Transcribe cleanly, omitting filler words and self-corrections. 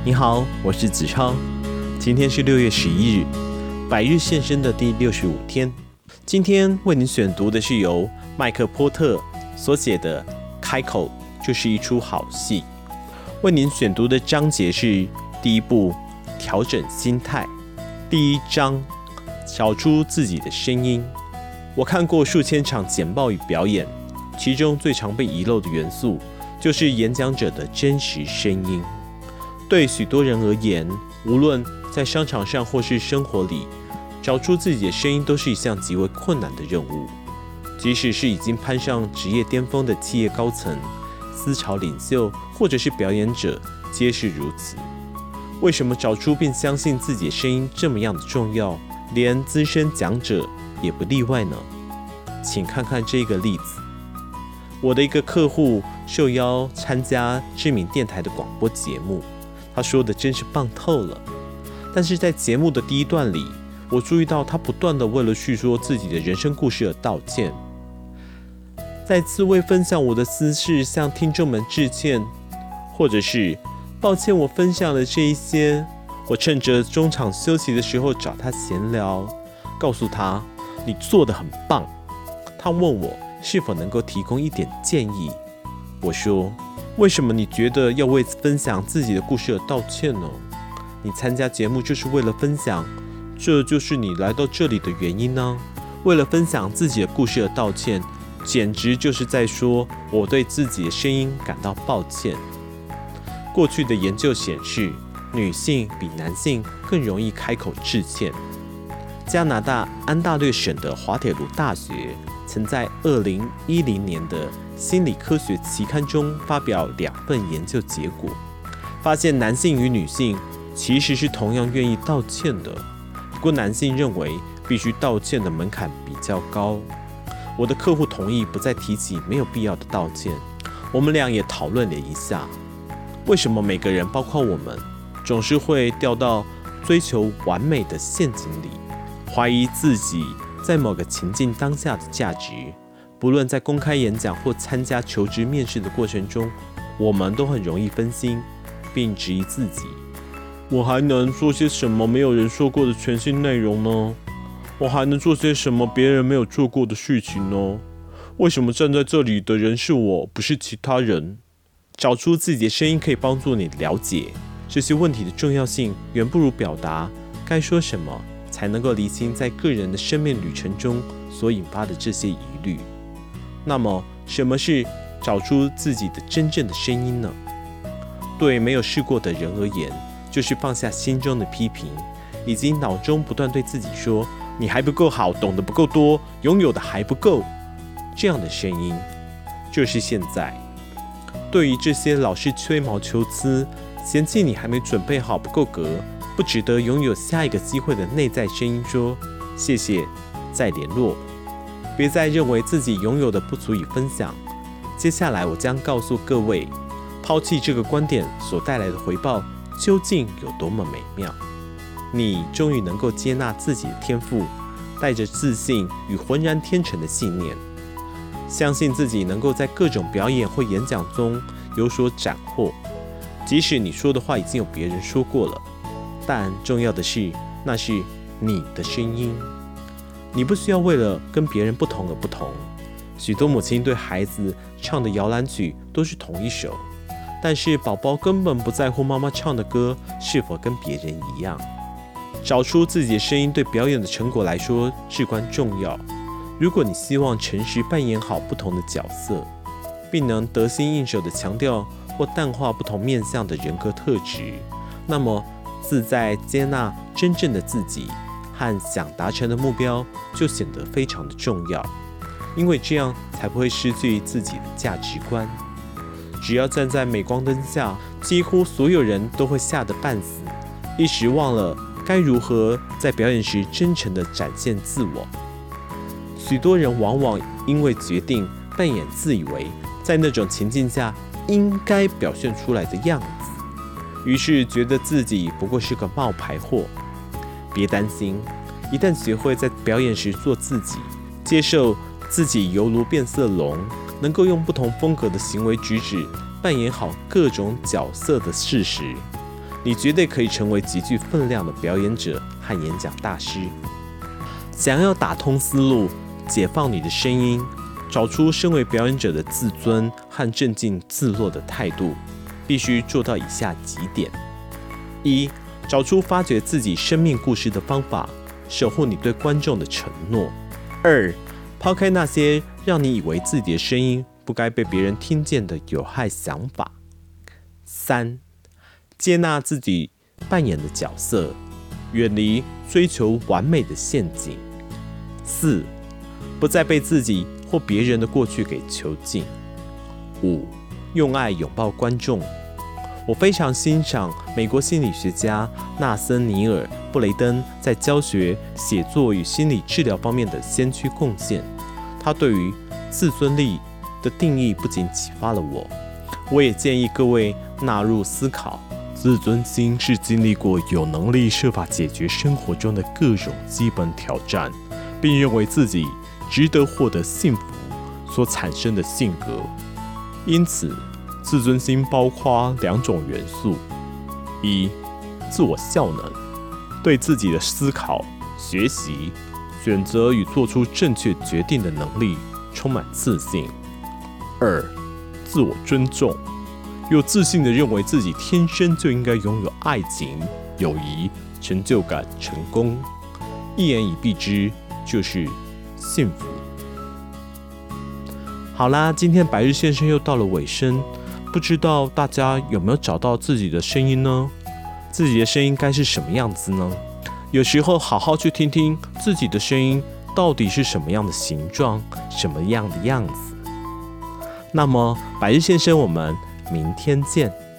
你好，我是子超。今天是6月11日，百日献身的第65天。今天为您选读的是由麦克波特所写的《开口就是一出好戏》。为您选读的章节是第一部调整心态，第1章找出自己的声音。我看过数千场简报与表演，其中最常被遗漏的元素就是演讲者的真实声音。对许多人而言，无论在商场上或是生活里，找出自己的声音都是一项极为困难的任务。即使是已经攀上职业巅峰的企业高层、思潮领袖或者是表演者，皆是如此。为什么找出并相信自己的声音这么样的重要，连资深讲者也不例外呢？请看看这个例子。我的一个客户受邀参加知名电台的广播节目，他说的真是棒透了。但是在节目的第一段里，我注意到他不断的为了叙说自己的人生故事而道歉，再次为分享我的私事向听众们致歉，或者是抱歉我分享了这一些。我趁着中场休息的时候找他闲聊，告诉他你做得很棒。他问我是否能够提供一点建议。我说，为什么你觉得要为分享自己的故事而道歉呢？你参加节目就是为了分享，这就是你来到这里的原因呢？为了分享自己的故事而道歉，简直就是在说我对自己的声音感到抱歉。过去的研究显示，女性比男性更容易开口致歉。加拿大安大略省的滑铁卢大学曾在2010年的心理科学期刊中发表2份研究结果，发现男性与女性其实是同样愿意道歉的，不过男性认为必须道歉的门槛比较高。我的客户同意不再提起没有必要的道歉。我们俩也讨论了一下，为什么每个人包括我们总是会掉到追求完美的陷阱里，怀疑自己在某个情境当下的价值。不论在公开演讲或参加求职面试的过程中，我们都很容易分心，并质疑自己，我还能说些什么没有人说过的全新内容呢？我还能做些什么别人没有做过的事情呢？为什么站在这里的人是我，不是其他人？找出自己的声音可以帮助你了解这些问题的重要性，远不如表达该说什么，才能够厘清在个人的生命旅程中所引发的这些疑虑。那么，什么是找出自己的真正的声音呢？对没有试过的人而言，就是放下心中的批评，以及脑中不断对自己说你还不够好，懂得不够多，拥有的还不够，这样的声音。就是现在，对于这些老是吹毛求疵，嫌弃你还没准备好，不够格，不值得拥有下一个机会的内在声音说，谢谢，再联络。别再认为自己拥有的不足以分享。接下来我将告诉各位，抛弃这个观点所带来的回报究竟有多么美妙。你终于能够接纳自己的天赋，带着自信与浑然天成的信念，相信自己能够在各种表演或演讲中有所斩获。即使你说的话已经有别人说过了，但重要的是，那是你的声音。你不需要为了跟别人不同而不同。许多母亲对孩子唱的摇篮曲都是同一首，但是宝宝根本不在乎妈妈唱的歌是否跟别人一样。找出自己的声音对表演的成果来说至关重要。如果你希望诚实扮演好不同的角色，并能得心应手地强调或淡化不同面向的人格特质，那么自在接纳真正的自己和想达成的目标就显得非常的重要，因为这样才不会失去自己的价值观。只要站在镁光灯下，几乎所有人都会吓得半死，一时忘了该如何在表演时真诚地展现自我。许多人往往因为决定扮演自以为在那种情境下应该表现出来的样子，于是觉得自己不过是个冒牌货。别担心，一旦学会在表演时做自己，接受自己犹如变色龙，能够用不同风格的行为举止扮演好各种角色的事实， 你绝对可以成为极具分量的表演者和演讲大师。想要打通思路，解放你的声音，找出身为表演者的自尊和镇静自若的态度，必须做到以下几点：一、找出发掘自己生命故事的方法，守护你对观众的承诺；二、抛开那些让你以为自己的声音不该被别人听见的有害想法；三、接纳自己扮演的角色，远离追求完美的陷阱；四、不再被自己或别人的过去给囚禁；五、用爱拥抱观众。我非常欣赏美国心理学家纳森尼尔·布雷登在教学、写作与心理治疗方面的先驱贡献。他对于自尊力的定义不仅启发了我也建议各位纳入思考。自尊心是经历过有能力设法解决生活中的各种基本挑战，并认为自己值得获得幸福所产生的性格。因此，自尊心包括两种元素：一、自我效能，对自己的思考、学习、选择与做出正确决定的能力充满自信；二、自我尊重，有自信地认为自己天生就应该拥有爱情、友谊、成就感、成功。一言以蔽之，就是幸福。好啦，今天百日先生又到了尾声，不知道大家有没有找到自己的声音呢？自己的声音该是什么样子呢？有时候好好去听听自己的声音到底是什么样的形状，什么样的样子。那么百日先生，我们明天见。